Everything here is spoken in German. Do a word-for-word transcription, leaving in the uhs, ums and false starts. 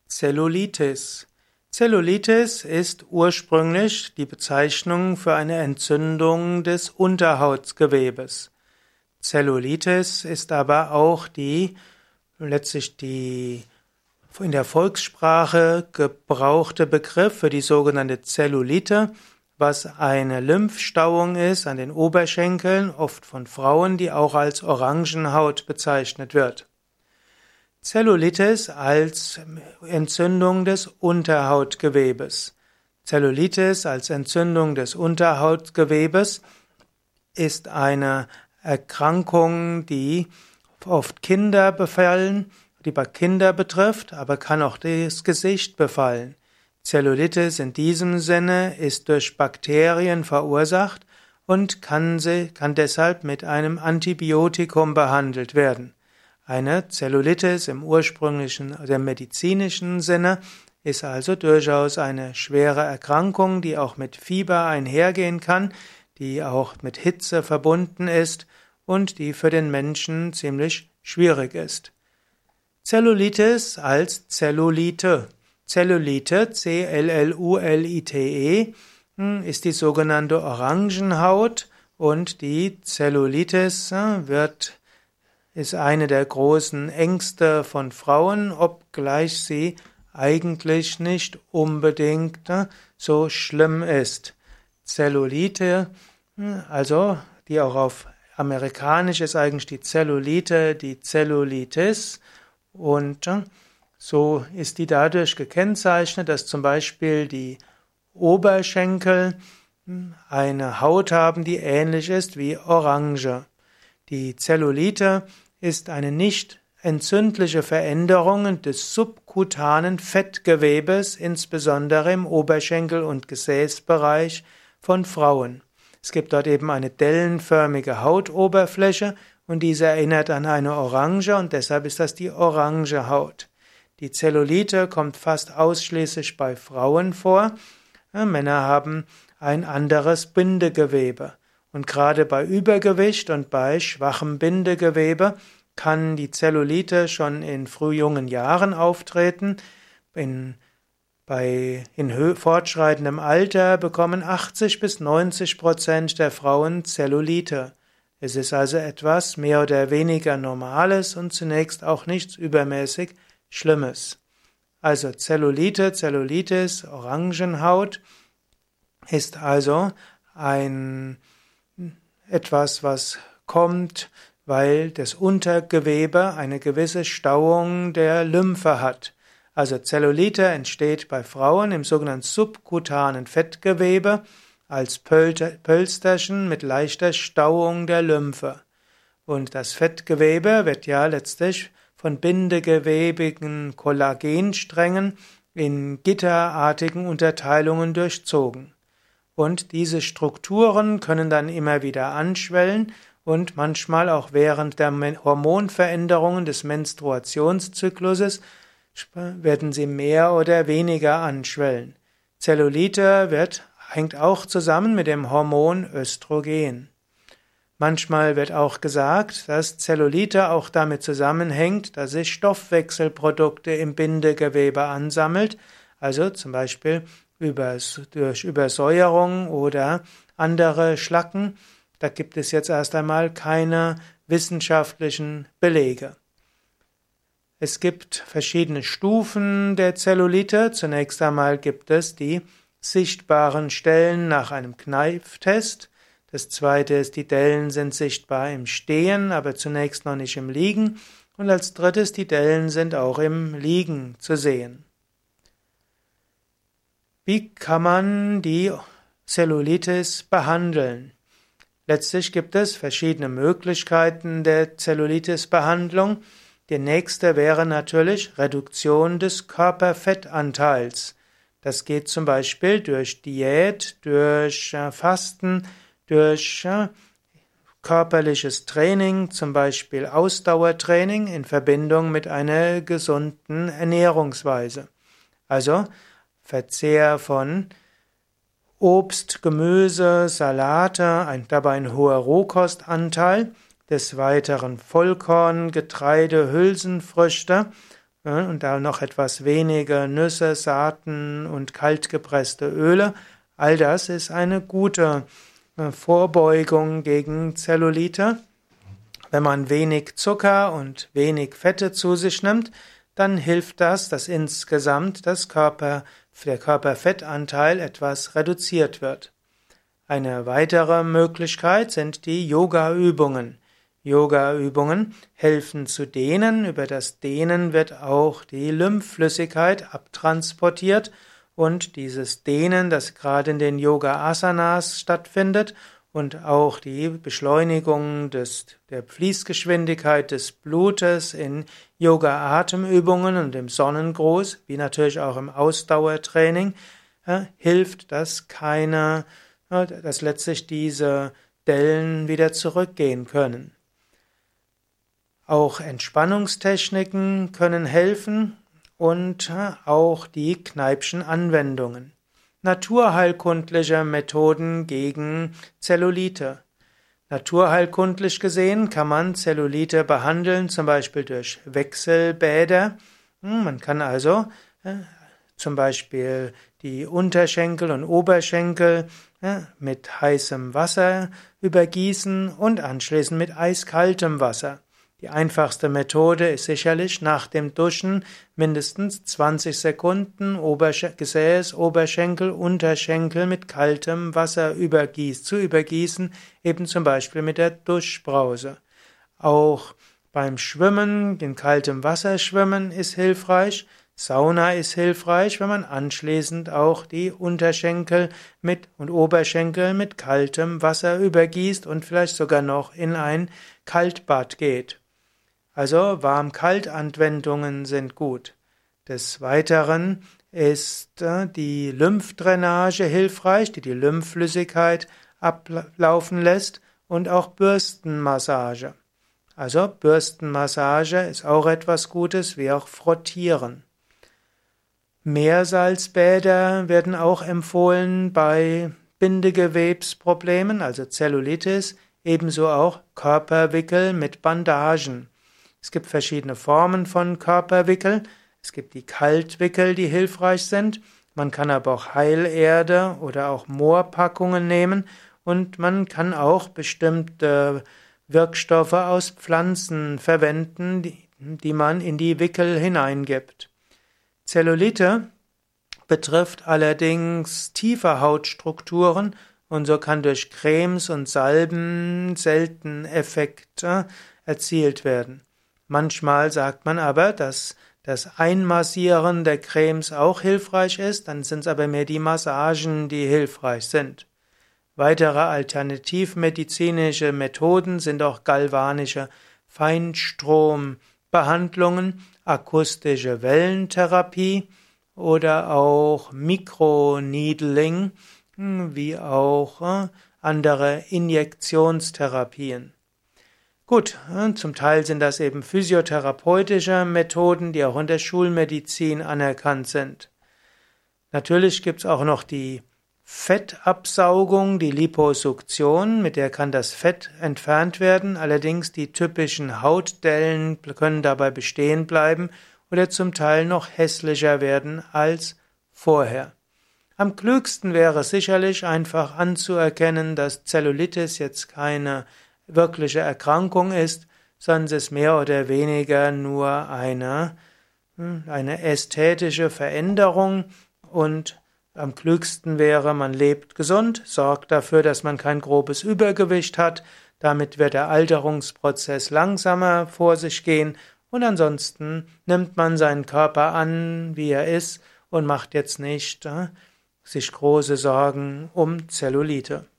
Zellulitis. Zellulitis ist ursprünglich die Bezeichnung für eine Entzündung des Unterhautgewebes. Zellulitis ist aber auch die, letztlich die in der Volkssprache gebrauchte Begriff für die sogenannte Zellulite, was eine Lymphstauung ist an den Oberschenkeln, oft von Frauen, die auch als Orangenhaut bezeichnet wird. Zellulitis als Entzündung des Unterhautgewebes. Zellulitis als Entzündung des Unterhautgewebes ist eine Erkrankung, die oft Kinder befallen, die bei Kindern betrifft, aber kann auch das Gesicht befallen. Zellulitis in diesem Sinne ist durch Bakterien verursacht und kann, sie, kann deshalb mit einem Antibiotikum behandelt werden. Eine Zellulitis im ursprünglichen oder medizinischen Sinne ist also durchaus eine schwere Erkrankung, die auch mit Fieber einhergehen kann, die auch mit Hitze verbunden ist und die für den Menschen ziemlich schwierig ist. Zellulitis als Zellulite. Zellulite, C L L U L I T E, ist die sogenannte Orangenhaut und die Zellulitis wird, ist eine der großen Ängste von Frauen, obgleich sie eigentlich nicht unbedingt so schlimm ist. Zellulite, also die auch auf Amerikanisch ist eigentlich die Zellulite, die Zellulitis und so ist die dadurch gekennzeichnet, dass zum Beispiel die Oberschenkel eine Haut haben, die ähnlich ist wie Orange. Die Zellulite ist eine nicht entzündliche Veränderung des subkutanen Fettgewebes, insbesondere im Oberschenkel- und Gesäßbereich von Frauen. Es gibt dort eben eine dellenförmige Hautoberfläche und diese erinnert an eine Orange und deshalb ist das die orange Haut. Die Zellulite kommt fast ausschließlich bei Frauen vor. Ja, Männer haben ein anderes Bindegewebe. Und gerade bei Übergewicht und bei schwachem Bindegewebe kann die Zellulite schon in frühjungen Jahren auftreten. In, bei, in fortschreitendem Alter bekommen achtzig bis neunzig Prozent der Frauen Zellulite. Es ist also etwas mehr oder weniger Normales und zunächst auch nichts übermäßig Schlimmes. Also Zellulite, Zellulitis, Orangenhaut ist also ein etwas, was kommt, weil das Untergewebe eine gewisse Stauung der Lymphe hat. Also Zellulite entsteht bei Frauen im sogenannten subkutanen Fettgewebe als Pölsterchen mit leichter Stauung der Lymphe. Und das Fettgewebe wird ja letztlich von bindegewebigen Kollagensträngen in gitterartigen Unterteilungen durchzogen. Und diese Strukturen können dann immer wieder anschwellen und manchmal auch während der Hormonveränderungen des Menstruationszykluses werden sie mehr oder weniger anschwellen. Zellulite wird, hängt auch zusammen mit dem Hormon Östrogen. Manchmal wird auch gesagt, dass Zellulite auch damit zusammenhängt, dass sich Stoffwechselprodukte im Bindegewebe ansammelt, also zum Beispiel durch Übersäuerung oder andere Schlacken. Da gibt es jetzt erst einmal keine wissenschaftlichen Belege. Es gibt verschiedene Stufen der Zellulite. Zunächst einmal gibt es die sichtbaren Stellen nach einem Kneiftest. Das zweite ist, die Dellen sind sichtbar im Stehen, aber zunächst noch nicht im Liegen. Und als drittes, die Dellen sind auch im Liegen zu sehen. Wie kann man die Zellulitis behandeln? Letztlich gibt es verschiedene Möglichkeiten der Zellulitis-Behandlung. Die nächste wäre natürlich Reduktion des Körperfettanteils. Das geht zum Beispiel durch Diät, durch Fasten, durch körperliches Training, zum Beispiel Ausdauertraining in Verbindung mit einer gesunden Ernährungsweise. Also Verzehr von Obst, Gemüse, Salate, ein, dabei ein hoher Rohkostanteil, des Weiteren Vollkorn, Getreide, Hülsenfrüchte und da noch etwas weniger Nüsse, Saaten und kaltgepresste Öle. All das ist eine gute Vorbeugung gegen Zellulite. Wenn man wenig Zucker und wenig Fette zu sich nimmt, dann hilft das, dass insgesamt das Körper, der Körperfettanteil etwas reduziert wird. Eine weitere Möglichkeit sind die Yoga-Übungen. Yoga-Übungen helfen zu dehnen. Über das Dehnen wird auch die Lymphflüssigkeit abtransportiert und dieses Dehnen, das gerade in den Yoga-Asanas stattfindet und auch die Beschleunigung des, der Fließgeschwindigkeit des Blutes in Yoga-Atemübungen und im Sonnengruß, wie natürlich auch im Ausdauertraining, äh, hilft, dass keine, äh, dass letztlich diese Dellen wieder zurückgehen können. Auch Entspannungstechniken können helfen und äh, auch die Kneippschen Anwendungen. Naturheilkundliche Methoden gegen Zellulite. Naturheilkundlich gesehen kann man Zellulite behandeln, zum Beispiel durch Wechselbäder. Man kann also äh, zum Beispiel die Unterschenkel und Oberschenkel äh, mit heißem Wasser übergießen und anschließend mit eiskaltem Wasser. Die einfachste Methode ist sicherlich nach dem Duschen mindestens zwanzig Sekunden Obersch- Gesäß, Oberschenkel, Unterschenkel mit kaltem Wasser übergieß, zu übergießen, eben zum Beispiel mit der Duschbrause. Auch beim Schwimmen, in kaltem Wasser schwimmen ist hilfreich. Sauna ist hilfreich, wenn man anschließend auch die Unterschenkel mit und Oberschenkel mit kaltem Wasser übergießt und vielleicht sogar noch in ein Kaltbad geht. Also Warm-Kalt-Anwendungen sind gut. Des Weiteren ist äh, die Lymphdrainage hilfreich, die die Lymphflüssigkeit ablaufen lässt, und auch Bürstenmassage. Also Bürstenmassage ist auch etwas Gutes, wie auch Frottieren. Meersalzbäder werden auch empfohlen bei Bindegewebsproblemen, also Zellulitis, ebenso auch Körperwickel mit Bandagen. Es gibt verschiedene Formen von Körperwickel. Es gibt die Kaltwickel, die hilfreich sind. Man kann aber auch Heilerde oder auch Moorpackungen nehmen und man kann auch bestimmte Wirkstoffe aus Pflanzen verwenden, die, die man in die Wickel hineingibt. Zellulite betrifft allerdings tiefe Hautstrukturen und so kann durch Cremes und Salben selten Effekte erzielt werden. Manchmal sagt man aber, dass das Einmassieren der Cremes auch hilfreich ist, dann sind es aber mehr die Massagen, die hilfreich sind. Weitere alternativmedizinische Methoden sind auch galvanische Feinstrombehandlungen, akustische Wellentherapie oder auch Mikroneedling, wie auch andere Injektionstherapien. Gut, zum Teil sind das eben physiotherapeutische Methoden, die auch in der Schulmedizin anerkannt sind. Natürlich gibt es auch noch die Fettabsaugung, die Liposuktion, mit der kann das Fett entfernt werden, allerdings die typischen Hautdellen können dabei bestehen bleiben oder zum Teil noch hässlicher werden als vorher. Am klügsten wäre sicherlich einfach anzuerkennen, dass Zellulitis jetzt keine wirkliche Erkrankung ist, sondern es ist mehr oder weniger nur eine, eine ästhetische Veränderung und am klügsten wäre, man lebt gesund, sorgt dafür, dass man kein grobes Übergewicht hat, damit wird der Alterungsprozess langsamer vor sich gehen und ansonsten nimmt man seinen Körper an, wie er ist und macht jetzt nicht äh, sich große Sorgen um Zellulite.